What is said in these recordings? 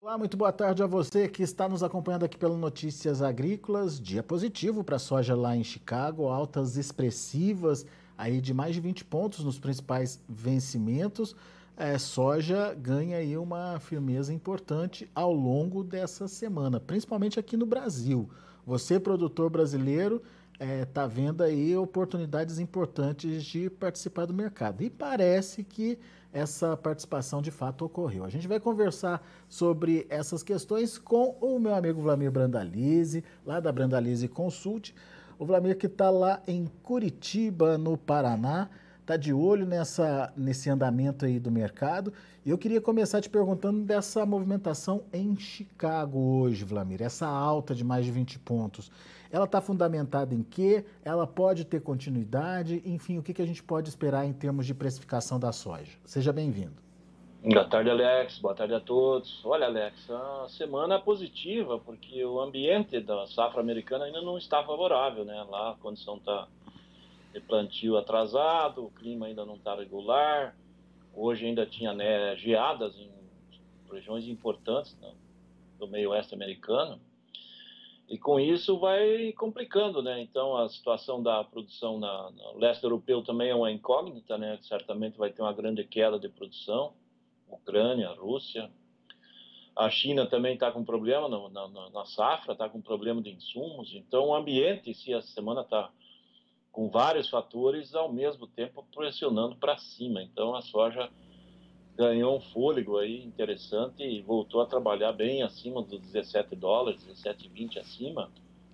Olá, muito boa tarde a você que está nos acompanhando aqui pelo Notícias Agrícolas. Dia positivo para a soja lá em Chicago, altas expressivas aí de mais de 20 pontos nos principais vencimentos. Soja ganha aí uma firmeza importante ao longo dessa semana, principalmente aqui no Brasil. Você, produtor brasileiro, está vendo aí oportunidades importantes de participar do mercado. E parece que essa participação de fato ocorreu. A gente vai conversar sobre essas questões com o meu amigo Vlamir Brandalize, lá da Brandalize Consult. O Vlamir que está lá em Curitiba, no Paraná, está de olho nesse andamento aí do mercado. E eu queria começar te perguntando dessa movimentação em Chicago hoje, Vlamir, essa alta de mais de 20 pontos. Ela está fundamentada em quê? Ela pode ter continuidade? Enfim, o que a gente pode esperar em termos de precificação da soja? Seja bem-vindo. Boa tarde, Alex. Boa tarde a todos. Olha, Alex, a semana é positiva, porque o ambiente da safra americana ainda não está favorável, né? Lá a condição está de plantio atrasado, o clima ainda não está regular. Hoje ainda tinha, né, geadas em regiões importantes, né, do meio oeste americano. E com isso vai complicando, né? Então a situação da produção no leste europeu também é uma incógnita, né? Certamente vai ter uma grande queda de produção. Ucrânia, Rússia. A China também está com problema na safra, está com problema de insumos. Então, o ambiente em si, essa semana está com vários fatores ao mesmo tempo pressionando para cima. Então, a soja ganhou um fôlego aí interessante e voltou a trabalhar bem acima dos $17, 17,20 acima,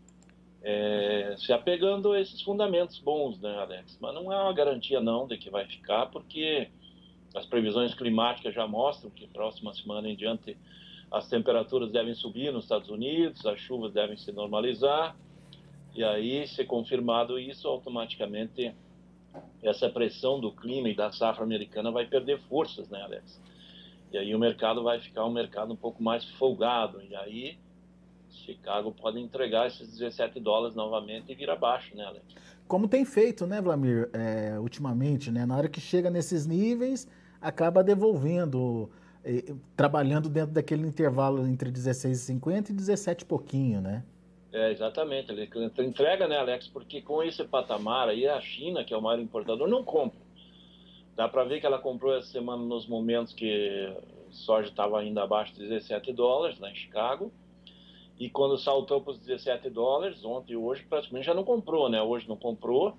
se apegando a esses fundamentos bons, né, Alex? Mas não é uma garantia não de que vai ficar, porque as previsões climáticas já mostram que próxima semana em diante as temperaturas devem subir nos Estados Unidos, as chuvas devem se normalizar, e aí, se confirmado isso, automaticamente essa pressão do clima e da safra americana vai perder forças, né, Alex? E aí o mercado vai ficar um mercado um pouco mais folgado, e aí Chicago pode entregar esses $17 novamente e vir abaixo, né, Alex? Como tem feito, né, Vlamir, ultimamente, né? Na hora que chega nesses níveis, acaba devolvendo, trabalhando dentro daquele intervalo entre 16,50 e 17 e pouquinho, né? Exatamente, ele entrega, né, Alex? Porque com esse patamar aí, a China, que é o maior importador, não compra. Dá para ver que ela comprou essa semana nos momentos que a soja estava ainda abaixo de $17 lá em Chicago. E quando saltou para os $17, ontem e hoje praticamente já não comprou, né? Hoje não comprou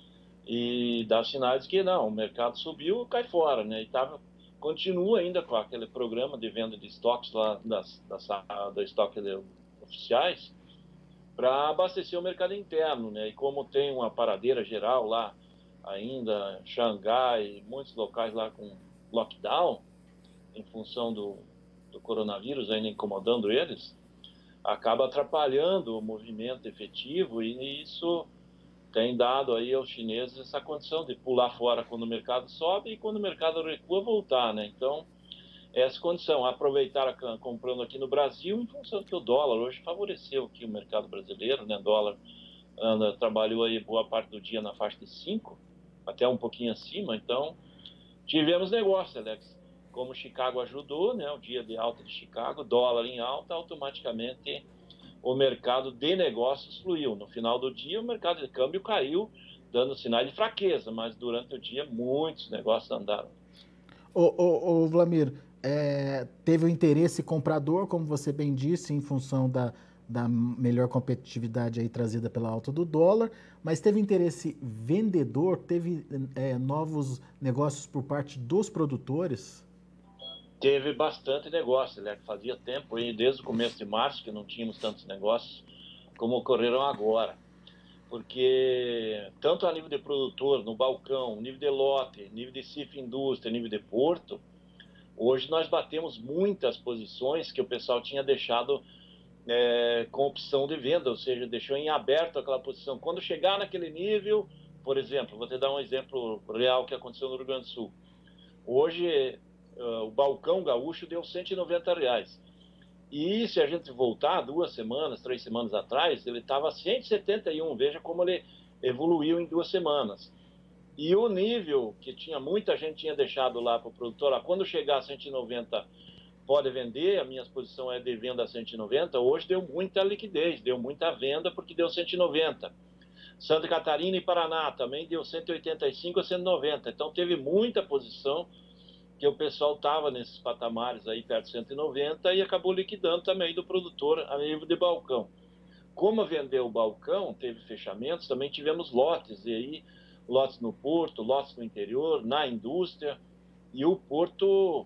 e dá sinais que não, o mercado subiu, cai fora, né? E continua ainda com aquele programa de venda de estoques lá da estoque oficiais para abastecer o mercado interno, né? E como tem uma paradeira geral lá ainda, Xangai, muitos locais lá com lockdown, em função do coronavírus ainda incomodando eles, acaba atrapalhando o movimento efetivo e isso tem dado aí aos chineses essa condição de pular fora quando o mercado sobe e quando o mercado recua voltar, né? Então, essa condição, aproveitar comprando aqui no Brasil em função que o dólar hoje favoreceu aqui o mercado brasileiro, né? O dólar trabalhou aí boa parte do dia na faixa de 5, até um pouquinho acima, então tivemos negócio, Alex. Como Chicago ajudou, né? O dia de alta de Chicago, dólar em alta, automaticamente o mercado de negócios fluiu. No final do dia, o mercado de câmbio caiu, dando sinais de fraqueza, mas durante o dia muitos negócios andaram. Ô, Vlamir, teve o interesse comprador, como você bem disse, em função da melhor competitividade aí trazida pela alta do dólar, mas teve interesse vendedor, teve novos negócios por parte dos produtores? Teve bastante negócio, né? Fazia tempo, aí, desde o começo de março, que não tínhamos tantos negócios como ocorreram agora. Porque tanto a nível de produtor, no balcão, nível de lote, nível de CIF indústria, nível de porto, hoje nós batemos muitas posições que o pessoal tinha deixado com opção de venda, ou seja, deixou em aberto aquela posição. Quando chegar naquele nível, por exemplo, vou te dar um exemplo real que aconteceu no Rio Grande do Sul. Hoje, o balcão gaúcho deu R$ 190. E se a gente voltar 2 semanas, 3 semanas atrás, ele estava 171. Veja como ele evoluiu em 2 semanas. E o nível que muita gente tinha deixado lá para o produtor, quando chegar a 190 pode vender, a minha posição é de venda a 190, hoje deu muita liquidez, deu muita venda porque deu 190. Santa Catarina e Paraná também deu 185 a 190, então teve muita posição que o pessoal estava nesses patamares aí perto de 190 e acabou liquidando também do produtor a nível de balcão. Como vendeu o balcão, teve fechamentos, também tivemos lotes, e aí lotes no porto, lotes no interior, na indústria, e o porto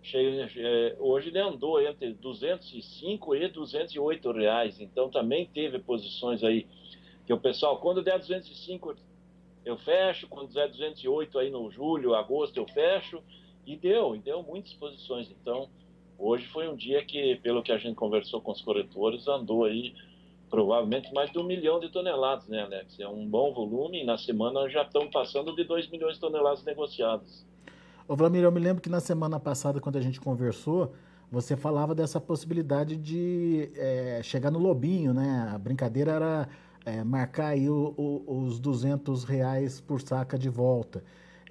hoje ele andou entre 205 e 208 reais, então também teve posições aí que o pessoal, quando der 205 eu fecho, quando der 208 aí no julho, agosto eu fecho, e deu muitas posições. Então, hoje foi um dia que, pelo que a gente conversou com os corretores, andou aí provavelmente mais de 1 milhão de toneladas, né, Alex? É um bom volume e na semana já estão passando de 2 milhões de toneladas negociadas. Ô, Vlamir, eu me lembro que na semana passada, quando a gente conversou, você falava dessa possibilidade de chegar no lobinho, né? A brincadeira era marcar aí os R$ 200 por saca de volta.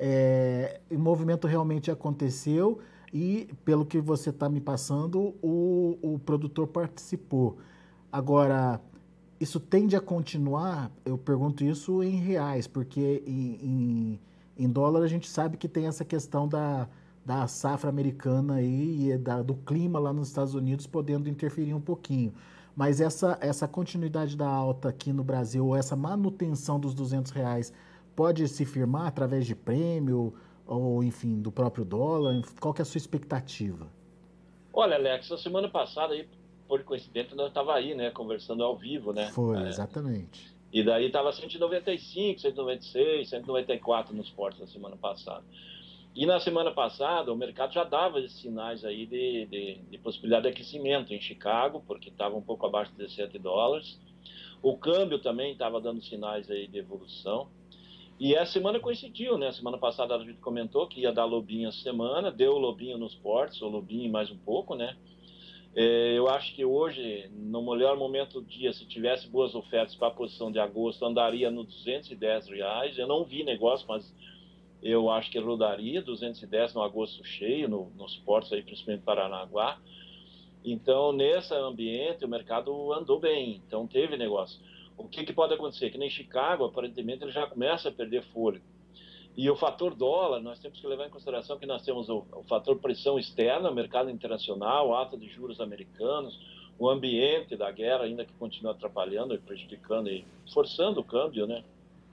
O movimento realmente aconteceu e, pelo que você está me passando, o produtor participou. Agora, isso tende a continuar? Eu pergunto isso em reais, porque em dólar a gente sabe que tem essa questão da safra americana aí e do clima lá nos Estados Unidos podendo interferir um pouquinho. Mas essa continuidade da alta aqui no Brasil, ou essa manutenção dos R$ 200, pode se firmar através de prêmio ou, enfim, do próprio dólar? Qual que é a sua expectativa? Olha, Alex, a semana passada, aí, por coincidência, nós estava aí, né, conversando ao vivo, né? Foi, exatamente. E daí estava 195, 196, 194 nos portos na semana passada. E na semana passada, o mercado já dava esses sinais aí de possibilidade de aquecimento em Chicago, porque estava um pouco abaixo de $17. O câmbio também estava dando sinais aí de evolução. E essa semana coincidiu, né? Semana passada a gente comentou que ia dar lobinho essa semana, deu lobinho nos portos, ou lobinho mais um pouco, né? Eu acho que hoje, no melhor momento do dia, se tivesse boas ofertas para a posição de agosto, andaria no R$ 210. Eu não vi negócio, mas eu acho que rodaria 210 no agosto cheio, nos portos aí, principalmente Paranaguá. Então, nesse ambiente, o mercado andou bem, então teve negócio. O que pode acontecer? Que nem Chicago, aparentemente, ele já começa a perder fôlego. E o fator dólar, nós temos que levar em consideração que nós temos o fator pressão externa, o mercado internacional, alta de juros americanos, o ambiente da guerra ainda que continua atrapalhando e prejudicando e forçando o câmbio, né?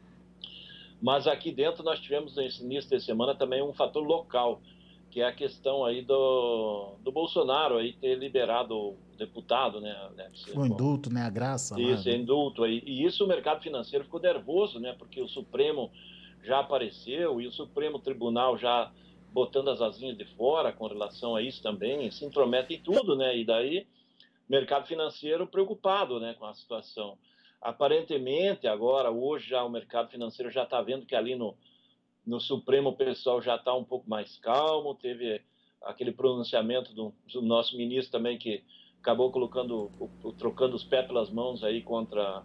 Mas aqui dentro nós tivemos nesse início de semana também um fator local, que é a questão aí do Bolsonaro aí ter liberado o deputado, né? O indulto, né? A graça lá. Isso, indulto aí. E isso o mercado financeiro ficou nervoso, né? Porque o Supremo já apareceu e o Supremo Tribunal já botando as asinhas de fora com relação a isso também, se intromete em tudo, né? E daí, mercado financeiro preocupado, né, com a situação. Aparentemente, agora, hoje, já o mercado financeiro já está vendo que ali no Supremo o pessoal já está um pouco mais calmo, teve aquele pronunciamento do nosso ministro também que acabou trocando os pés pelas mãos aí contra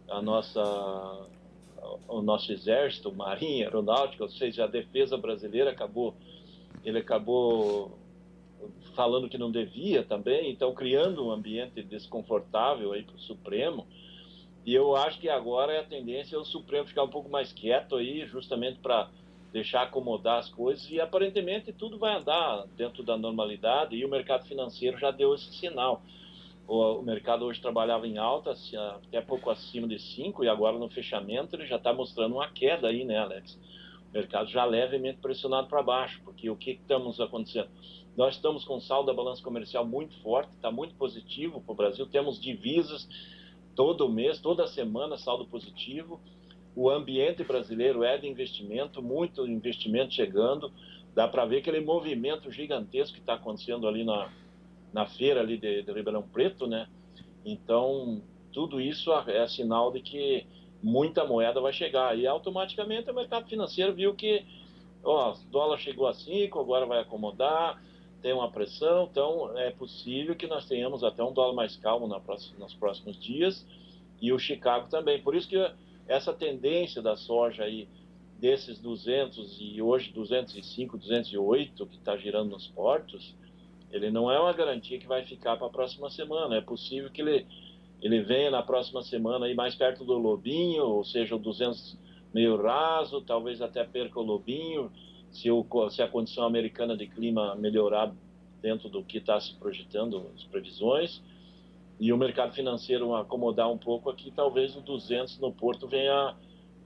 o nosso exército, marinha, aeronáutica, ou seja, a defesa brasileira ele acabou falando que não devia também, então criando um ambiente desconfortável aí para o Supremo. E eu acho que agora a tendência é o Supremo ficar um pouco mais quieto aí, justamente para deixar acomodar as coisas, e aparentemente tudo vai andar dentro da normalidade, e o mercado financeiro já deu esse sinal. O mercado hoje trabalhava em alta, até pouco acima de 5, e agora no fechamento ele já está mostrando uma queda aí, né, Alex? O mercado já levemente pressionado para baixo, porque o que estamos acontecendo? Nós estamos com um saldo da balança comercial muito forte, está muito positivo para o Brasil, temos divisas todo mês, toda semana, saldo positivo. O ambiente brasileiro é de investimento, muito investimento chegando, dá para ver aquele movimento gigantesco que está acontecendo ali na feira ali de Ribeirão Preto, né? Então, tudo isso é sinal de que muita moeda vai chegar. E automaticamente o mercado financeiro viu que o dólar chegou a 5, agora vai acomodar, tem uma pressão, então é possível que nós tenhamos até um dólar mais calmo nos próximos dias, e o Chicago também. Por isso que essa tendência da soja aí, desses 200 e hoje 205, 208, que está girando nos portos, Ele não é uma garantia que vai ficar para a próxima semana. É possível que ele venha na próxima semana aí mais perto do lobinho, ou seja, o 200 meio raso, talvez até perca o lobinho, se a condição americana de clima melhorar dentro do que está se projetando, as previsões, e o mercado financeiro acomodar um pouco aqui, talvez o 200 no Porto venha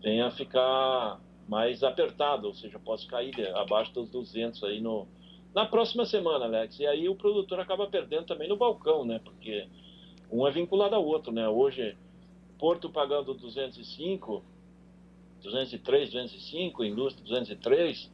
ficar mais apertado, ou seja, possa cair abaixo dos 200 aí na próxima semana, Alex. E aí o produtor acaba perdendo também no balcão, né? Porque um é vinculado ao outro, né? Hoje, Porto pagando 205, 203, 205, indústria 203,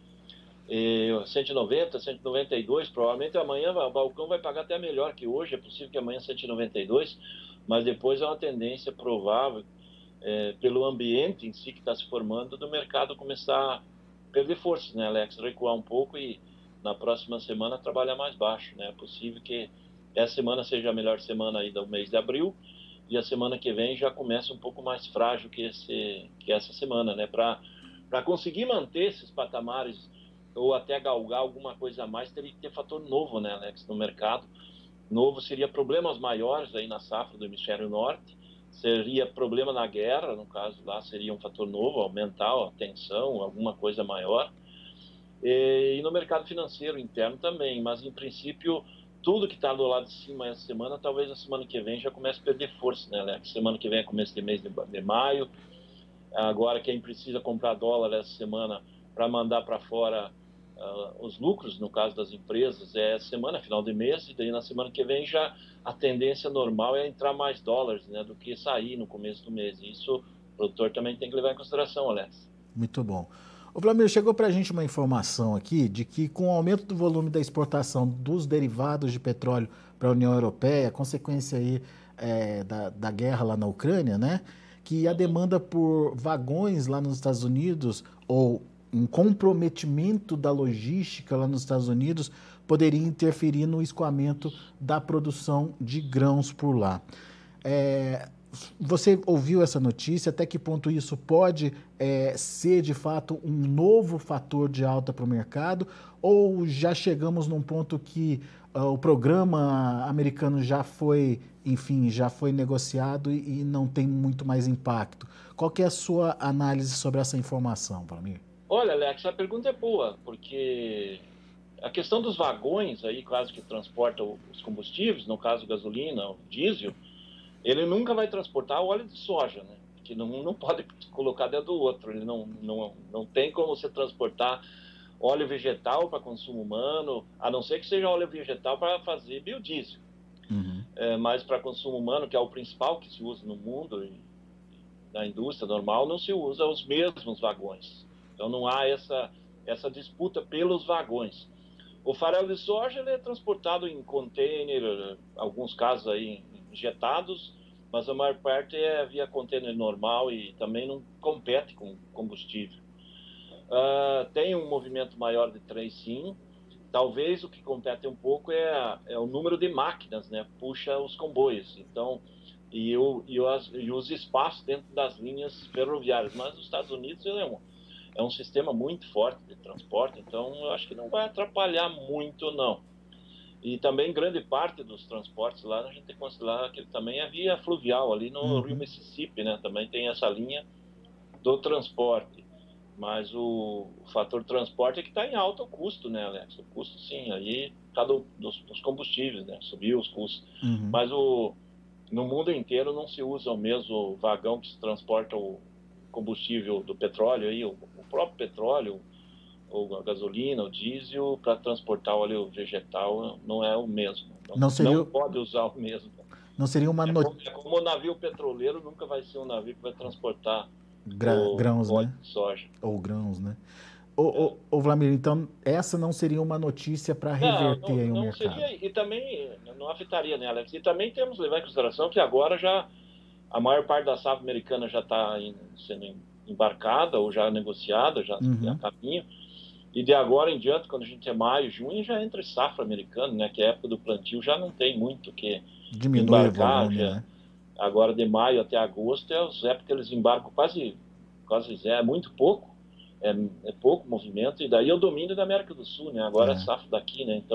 190, 192, provavelmente amanhã o balcão vai pagar até melhor que hoje, é possível que amanhã 192, mas depois é uma tendência provável, pelo ambiente em si que está se formando, do mercado começar a perder força, né, Alex? Recuar um pouco e na próxima semana trabalhar mais baixo, né? É possível que essa semana seja a melhor semana aí do mês de abril, e a semana que vem já começa um pouco mais frágil que essa semana, né? Para conseguir manter esses patamares ou até galgar alguma coisa a mais, teria que ter fator novo, né, Alex, no mercado. Novo seria problemas maiores aí na safra do hemisfério norte, seria problema na guerra, no caso lá seria um fator novo, aumentar a tensão, alguma coisa maior. E no mercado financeiro interno também, mas em princípio tudo que está do lado de cima essa semana, talvez a semana que vem já comece a perder força, né, Alex? Semana que vem é começo de mês de maio, agora quem precisa comprar dólar essa semana para mandar para fora os lucros, no caso das empresas, é semana, final de mês, e daí na semana que vem já a tendência normal é entrar mais dólares, né, do que sair no começo do mês. Isso o produtor também tem que levar em consideração, Alex. Muito bom. O Flamir, chegou para a gente uma informação aqui de que com o aumento do volume da exportação dos derivados de petróleo para a União Europeia, consequência aí da guerra lá na Ucrânia, né? Que a demanda por vagões lá nos Estados Unidos, ou um comprometimento da logística lá nos Estados Unidos, poderia interferir no escoamento da produção de grãos por lá. Você ouviu essa notícia? Até que ponto isso pode ser, de fato, um novo fator de alta para o mercado? Ou já chegamos num ponto que o programa americano já foi, enfim, já foi negociado e não tem muito mais impacto? Qual que é a sua análise sobre essa informação, Vlamir? Olha, Alex, a pergunta é boa, porque a questão dos vagões aí, caso que transportam os combustíveis, no caso gasolina, o diesel, ele nunca vai transportar o óleo de soja, né? Que não pode colocar dentro do outro. Ele não tem como você transportar óleo vegetal para consumo humano, a não ser que seja óleo vegetal para fazer biodiesel. Uhum. Mas para consumo humano, que é o principal que se usa no mundo, e na indústria normal, não se usa os mesmos vagões. Então não há essa disputa pelos vagões. O farelo de soja ele é transportado em container, alguns casos aí injetados, mas a maior parte é via container normal e também não compete com combustível. Tem um movimento maior de trem, sim. Talvez o que compete um pouco é o número de máquinas, né? Puxa os comboios. Então, e os espaços dentro das linhas ferroviárias. Mas os Estados Unidos é um sistema muito forte de transporte, então eu acho que não vai atrapalhar muito, não. E também grande parte dos transportes lá, a gente tem que considerar que também é via fluvial, ali no Rio Mississippi, né? Também tem essa linha do transporte. Mas o fator transporte é que está em alto custo, né, Alex? O custo, sim, aí cada dos combustíveis, né? Subiu os custos. Uhum. Mas no mundo inteiro não se usa o mesmo vagão que se transporta o combustível do petróleo, aí, o próprio petróleo, ou a gasolina, o diesel, para transportar óleo vegetal não é o mesmo. Não pode usar o mesmo. Não seria uma como o navio petroleiro nunca vai ser um navio que vai transportar grãos, óleo né? de soja. Ou grãos, né? Ô, Vlamir, então essa não seria uma notícia para reverter aí o mercado? Seria, e também não afetaria, né, Alex? E também temos que levar em consideração que agora já a maior parte da safra americana já está sendo embarcada ou já negociada, já a caminho. E de agora em diante, quando a gente é maio, junho, já entra safra americana, né? Que é a época do plantio já não tem muito que embarcar. O volume, já, né? Agora de maio até agosto é as épocas que eles embarcam quase zero, é muito pouco. É pouco movimento, e daí é o domínio da América do Sul, né? Agora é safra daqui, né? Então,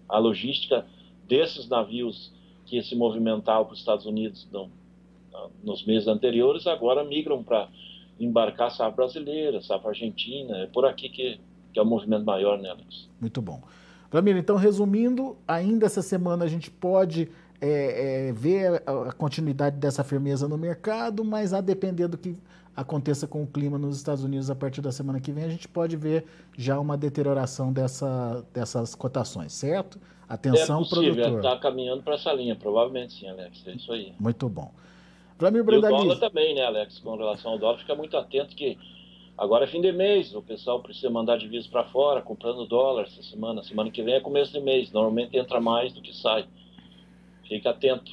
a logística desses navios que se movimentavam para os Estados Unidos nos meses anteriores, agora migram para embarcar safra brasileira, safra argentina. É por aqui que é o movimento maior, né, Alex? Muito bom. Vlamir, então, resumindo, ainda essa semana a gente pode ver a continuidade dessa firmeza no mercado, mas a depender do que aconteça com o clima nos Estados Unidos a partir da semana que vem, a gente pode ver já uma deterioração dessas cotações, certo? Atenção, produtor. É possível, está caminhando para essa linha, provavelmente sim, Alex, é isso aí. Muito bom. Vlamir Brandalize. E o dólar também, né, Alex, com relação ao dólar, fica muito atento que agora é fim de mês, o pessoal precisa mandar divisas para fora, comprando dólar essa semana. Semana que vem é começo de mês, normalmente entra mais do que sai. Fica atento.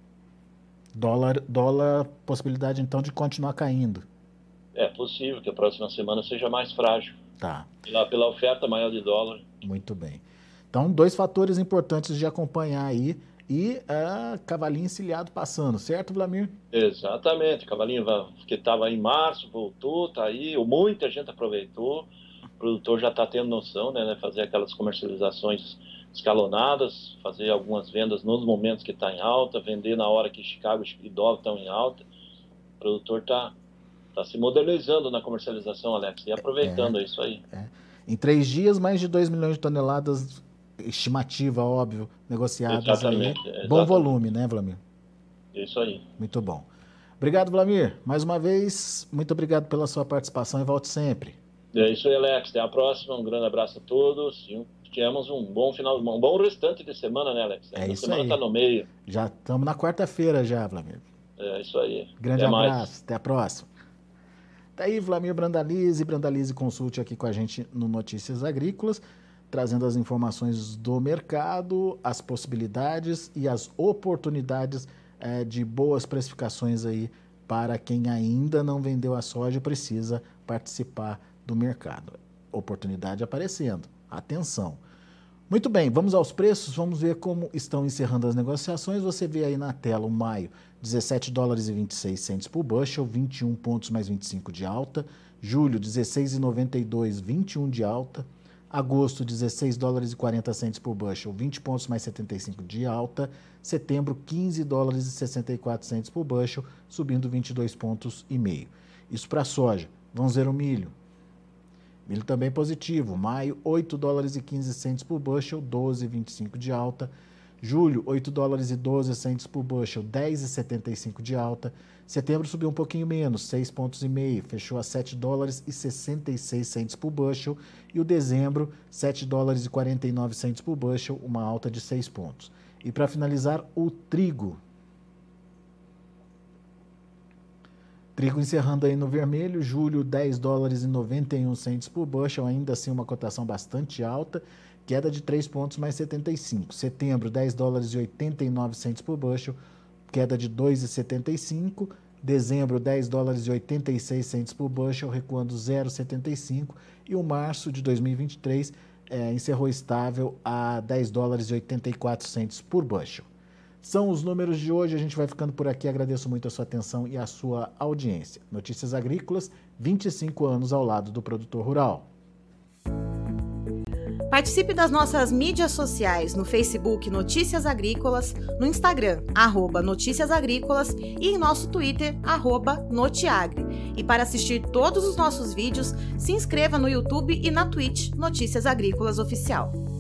Dólar, possibilidade então de continuar caindo. É possível que a próxima semana seja mais frágil. Tá. Pela oferta maior de dólar. Muito bem. Então, 2 fatores importantes de acompanhar aí. E cavalinho encilhado passando, certo, Vlamir? Exatamente. Cavalinho que estava em março, voltou, tá aí. Muita gente aproveitou. O produtor já está tendo noção, né? Fazer aquelas comercializações escalonadas, fazer algumas vendas nos momentos que está em alta, vender na hora que Chicago e dólar estão em alta. O produtor está se modernizando na comercialização, Alex, e aproveitando isso aí. Em 3 dias, mais de 2 milhões de toneladas, estimativa, óbvio, negociadas. Exatamente. Bom volume, né, Vlamir? Isso aí. Muito bom. Obrigado, Vlamir. Mais uma vez, muito obrigado pela sua participação e volte sempre. É isso aí, Alex. Até a próxima. Um grande abraço a todos. E tenhamos um bom um bom restante de semana, né, Alex? É isso semana aí. Está no meio. Já estamos na quarta-feira já, Vlamir. É isso aí. Grande abraço. Até a próxima. Tá aí, Vlamir Brandalize Consult aqui com a gente no Notícias Agrícolas, trazendo as informações do mercado, as possibilidades e as oportunidades de boas precificações aí para quem ainda não vendeu a soja e precisa participar do mercado. Oportunidade aparecendo. Atenção. Muito bem, vamos aos preços, vamos ver como estão encerrando as negociações. Você vê aí na tela o maio, $17,26 por bushel, 21 pontos mais 25 de alta. Julho, $16,92, 21 de alta. Agosto, $16,40 por bushel, 20 pontos mais 75 de alta. Setembro, $15,64 por bushel, subindo 22 pontos e meio. Isso para a soja. Vamos ver o milho. Milho também positivo. Maio, $8,15 por bushel, 12,25 de alta. Julho, $8,12 por bushel, 10,75 de alta. Setembro subiu um pouquinho menos, 6,5 pontos, fechou a $7,66 por bushel. E o dezembro, $7,49 por bushel, uma alta de 6 pontos. E para finalizar, o trigo. Trigo encerrando aí no vermelho, julho $10,91 por bushel, ainda assim uma cotação bastante alta, queda de 3 pontos mais 75. Setembro, $10,89 por bushel, queda de 2,75. Dezembro, $10,86 por bushel, recuando 0,75. E o março de 2023 encerrou estável a $10,84 por bushel. São os números de hoje, a gente vai ficando por aqui. Agradeço muito a sua atenção e a sua audiência. Notícias Agrícolas, 25 anos ao lado do produtor rural. Participe das nossas mídias sociais no Facebook Notícias Agrícolas, no Instagram, @Notícias Agrícolas e em nosso Twitter, @Notiagre. E para assistir todos os nossos vídeos, se inscreva no YouTube e na Twitch Notícias Agrícolas Oficial.